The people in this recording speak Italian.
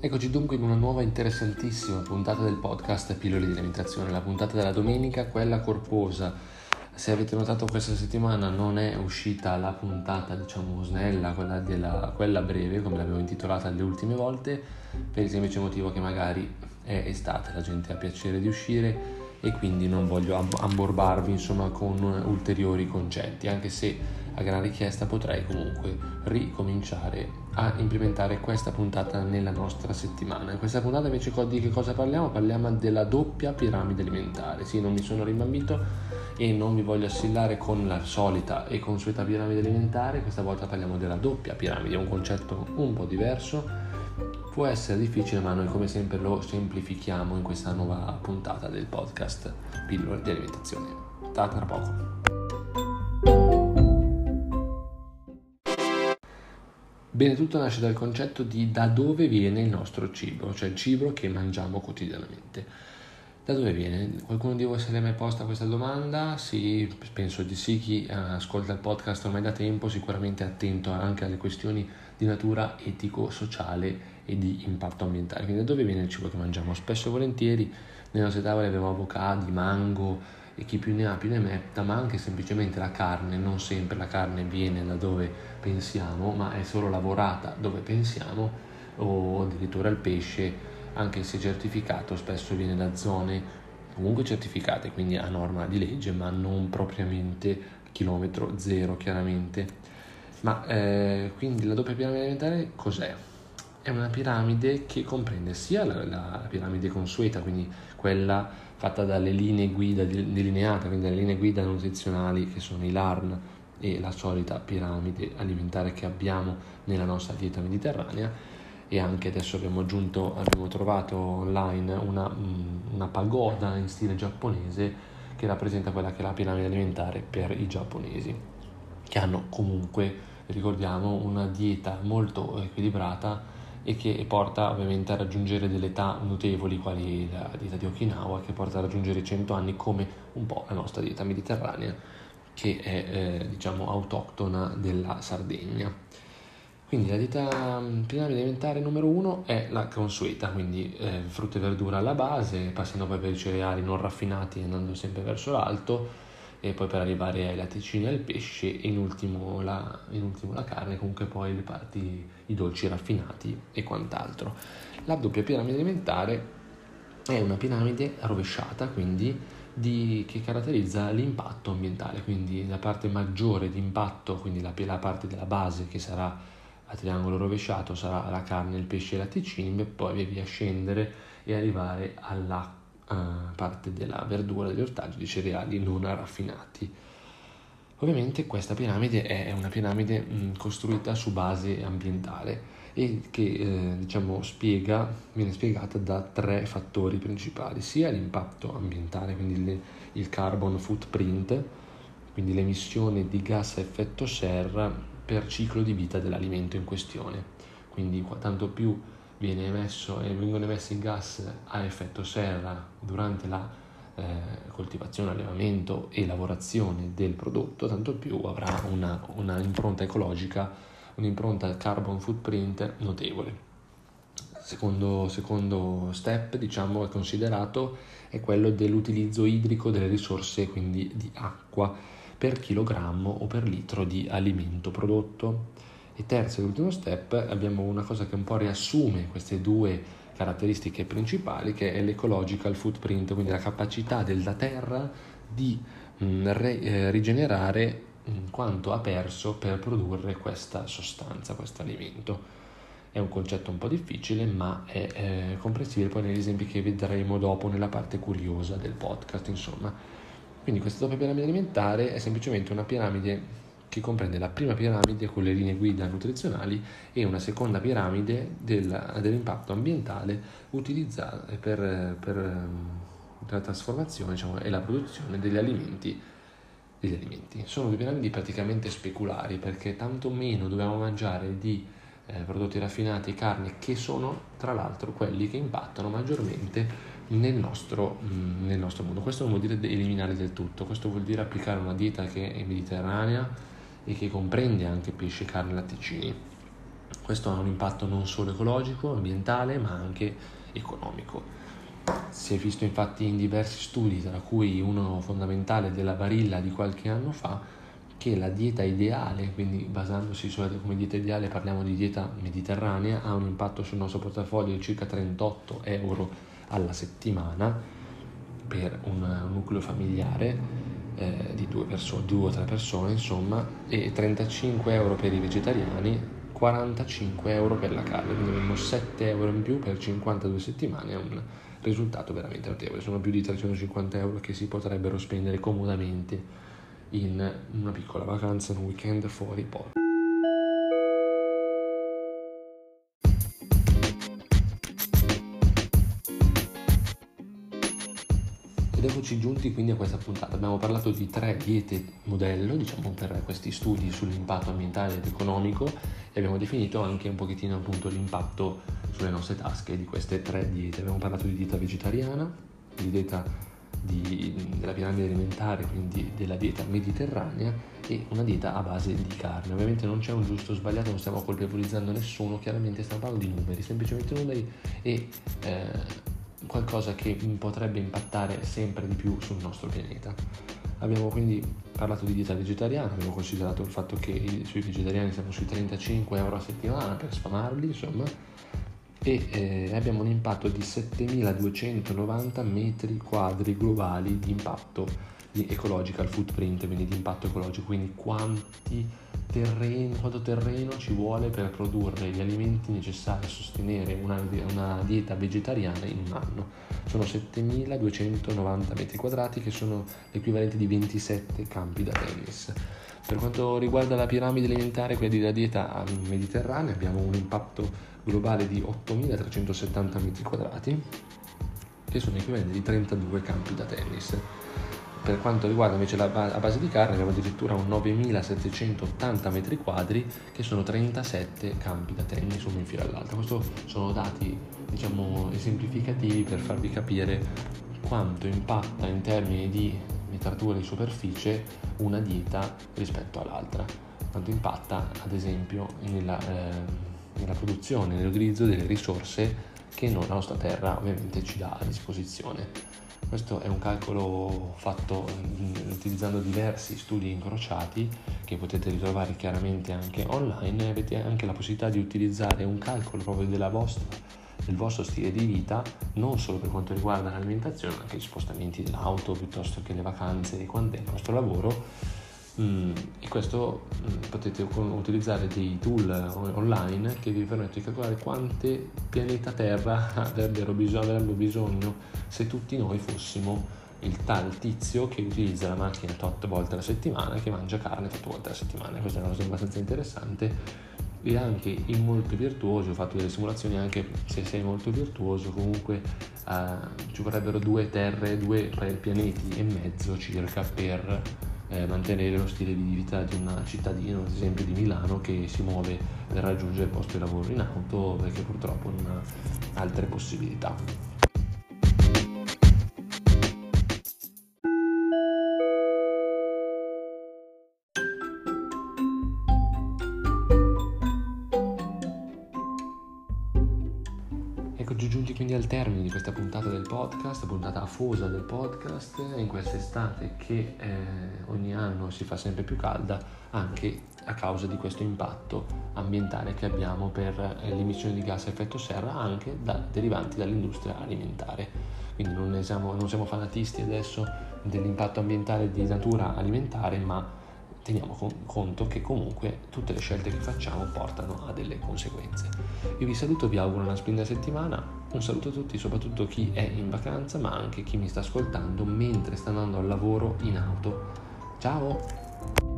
Eccoci dunque in una nuova interessantissima puntata del podcast Pillole di alimentazione, la puntata della domenica, quella corposa. Se avete notato, questa settimana non è uscita la puntata, snella, quella breve, come l'avevo intitolata le ultime volte, per il semplice motivo che magari è estate, la gente ha piacere di uscire e quindi non voglio amborbarvi con ulteriori concetti, anche se a gran richiesta potrei comunque ricominciare a implementare questa puntata nella nostra settimana. In questa puntata invece di che cosa parliamo? Parliamo della doppia piramide alimentare. Sì, non mi sono rimbambito e non vi voglio assillare con la solita e consueta piramide alimentare. Questa volta parliamo della doppia piramide, è un concetto un po' diverso. Può essere difficile, ma noi come sempre lo semplifichiamo in questa nuova puntata del podcast Pillole di alimentazione. Tra poco. Bene, tutto nasce dal concetto di da dove viene il nostro cibo, cioè il cibo che mangiamo quotidianamente. Da dove viene? Qualcuno di voi se l'è mai posta questa domanda? Sì, penso di sì. Chi ascolta il podcast ormai da tempo sicuramente è attento anche alle questioni di natura etico-sociale e di impatto ambientale. Quindi da dove viene il cibo che mangiamo? Spesso e volentieri nelle nostre tavole abbiamo avocado, mango e chi più ne ha più ne metta, ma anche semplicemente la carne. Non sempre la carne viene da dove pensiamo, ma è solo lavorata dove pensiamo, o addirittura il pesce, anche se certificato, spesso viene da zone comunque certificate, quindi a norma di legge, ma non propriamente chilometro zero, chiaramente. Ma quindi la doppia piramide alimentare cos'è? È una piramide che comprende sia la piramide consueta, quindi quella fatta dalle linee guida delineate, quindi dalle linee guida nutrizionali che sono i LARN e la solita piramide alimentare che abbiamo nella nostra dieta mediterranea, e anche adesso abbiamo trovato online una pagoda in stile giapponese che rappresenta quella che è la piramide alimentare per i giapponesi, che hanno comunque, ricordiamo, una dieta molto equilibrata e che porta ovviamente a raggiungere delle età notevoli, quali la dieta di Okinawa, che porta a raggiungere 100 anni, come un po' la nostra dieta mediterranea, che è autoctona della Sardegna. Quindi la dieta piramide alimentare numero 1 è la consueta, quindi frutta e verdura alla base, passando poi per i cereali non raffinati, andando sempre verso l'alto, e poi per arrivare ai latticini e al pesce, e in ultimo la carne, comunque poi i dolci raffinati e quant'altro. La doppia piramide alimentare è una piramide rovesciata, quindi che caratterizza l'impatto ambientale, quindi la parte maggiore di impatto, quindi la parte della base, che sarà a triangolo rovesciato, sarà la carne, il pesce e i latticini, e poi via via scendere e arrivare alla parte della verdura, degli ortaggi, dei cereali non raffinati. Ovviamente questa piramide è una piramide costruita su base ambientale e che viene spiegata da 3 fattori principali, sia l'impatto ambientale, quindi il carbon footprint, quindi l'emissione di gas a effetto serra per ciclo di vita dell'alimento in questione. Quindi tanto più vengono emessi gas a effetto serra durante la coltivazione, allevamento e lavorazione del prodotto, tanto più avrà una impronta ecologica, un'impronta carbon footprint notevole. Secondo step, è considerato, è quello dell'utilizzo idrico delle risorse, quindi di acqua, per chilogrammo o per litro di alimento prodotto. E terzo e ultimo step, abbiamo una cosa che un po' riassume queste 2 caratteristiche principali, che è l'ecological footprint, quindi la capacità della terra di rigenerare quanto ha perso per produrre questa sostanza, questo alimento. È un concetto un po' difficile, ma è comprensibile poi negli esempi che vedremo dopo nella parte curiosa del podcast, insomma. Quindi questa doppia piramide alimentare è semplicemente una piramide che comprende la prima piramide con le linee guida nutrizionali e una seconda piramide dell'impatto ambientale utilizzata per la trasformazione, e la produzione degli alimenti. Sono 2 piramidi praticamente speculari, perché tanto meno dobbiamo mangiare di prodotti raffinati e carne, che sono tra l'altro quelli che impattano maggiormente nel nostro mondo. Questo non vuol dire eliminare del tutto, questo vuol dire applicare una dieta che è mediterranea e che comprende anche pesce, carne e latticini. Questo ha un impatto non solo ecologico, ambientale, ma anche economico. Si è visto infatti in diversi studi, tra cui uno fondamentale della Barilla di qualche anno fa, che la dieta ideale, quindi basandosi come dieta ideale parliamo di dieta mediterranea, ha un impatto sul nostro portafoglio di circa 38 euro alla settimana per un nucleo familiare di 2 o 3 persone, insomma, e 35 euro per i vegetariani, 45 euro per la carne, quindi abbiamo 7 euro in più per 52 settimane, è un risultato veramente notevole. Sono più di 350 euro che si potrebbero spendere comodamente in una piccola vacanza, un weekend fuori poi. Ed eccoci giunti quindi a questa puntata. Abbiamo parlato di 3 diete modello, diciamo, per questi studi sull'impatto ambientale ed economico, e abbiamo definito anche un pochettino appunto l'impatto sulle nostre tasche di queste 3 diete. Abbiamo parlato di dieta vegetariana, di dieta della piramide alimentare, quindi della dieta mediterranea, e una dieta a base di carne. Ovviamente non c'è un giusto o sbagliato, non stiamo colpevolizzando nessuno, chiaramente stiamo parlando di numeri, semplicemente numeri, e qualcosa che potrebbe impattare sempre di più sul nostro pianeta. Abbiamo quindi parlato di dieta vegetariana, abbiamo considerato il fatto che sui vegetariani siamo sui 35 euro a settimana per sfamarli, insomma, e abbiamo un impatto di 7.290 metri quadri globali di impatto di ecological footprint, quindi di impatto ecologico, quindi quanto terreno ci vuole per produrre gli alimenti necessari a sostenere una dieta vegetariana in un anno. Sono 7.290 metri quadrati, che sono l'equivalente di 27 campi da tennis. Per quanto riguarda la piramide alimentare, quella della dieta mediterranea, abbiamo un impatto globale di 8.370 metri quadrati, che sono equivalenti di 32 campi da tennis. Per quanto riguarda invece a base di carne, abbiamo addirittura un 9.780 metri quadri, che sono 37 campi da tennis uno in fila all'altro. Questi sono dati, diciamo, esemplificativi per farvi capire quanto impatta in termini di metratura di superficie una dieta rispetto all'altra, quanto impatta ad esempio nella produzione, nell'utilizzo delle risorse che la nostra terra ovviamente ci dà a disposizione. Questo è un calcolo fatto utilizzando diversi studi incrociati che potete ritrovare chiaramente anche online. Avete anche la possibilità di utilizzare un calcolo proprio del vostro stile di vita, non solo per quanto riguarda l'alimentazione, ma anche gli spostamenti dell'auto piuttosto che le vacanze e quando è il vostro lavoro. E questo potete utilizzare dei tool online che vi permettono di calcolare quante pianeta Terra avrebbe bisogno se tutti noi fossimo il tal tizio che utilizza la macchina tot volte alla settimana, che mangia carne tot volte alla settimana. Questa è una cosa abbastanza interessante e anche molto virtuoso. Ho fatto delle simulazioni, anche se sei molto virtuoso comunque ci vorrebbero 2 terre, 2 pianeti e mezzo circa per mantenere lo stile di vita di un cittadino, ad esempio di Milano, che si muove per raggiungere il posto di lavoro in auto, perché purtroppo non ha altre possibilità. Eccoci giunti quindi al termine di questa puntata del podcast, puntata afosa del podcast, in quest'estate che ogni anno si fa sempre più calda, anche a causa di questo impatto ambientale che abbiamo per le emissioni di gas a effetto serra, anche derivanti dall'industria alimentare. Quindi non siamo fanatisti adesso dell'impatto ambientale di natura alimentare, ma teniamo conto che comunque tutte le scelte che facciamo portano a delle conseguenze. Io vi saluto, vi auguro una splendida settimana, un saluto a tutti, soprattutto chi è in vacanza, ma anche chi mi sta ascoltando mentre sta andando al lavoro in auto. Ciao!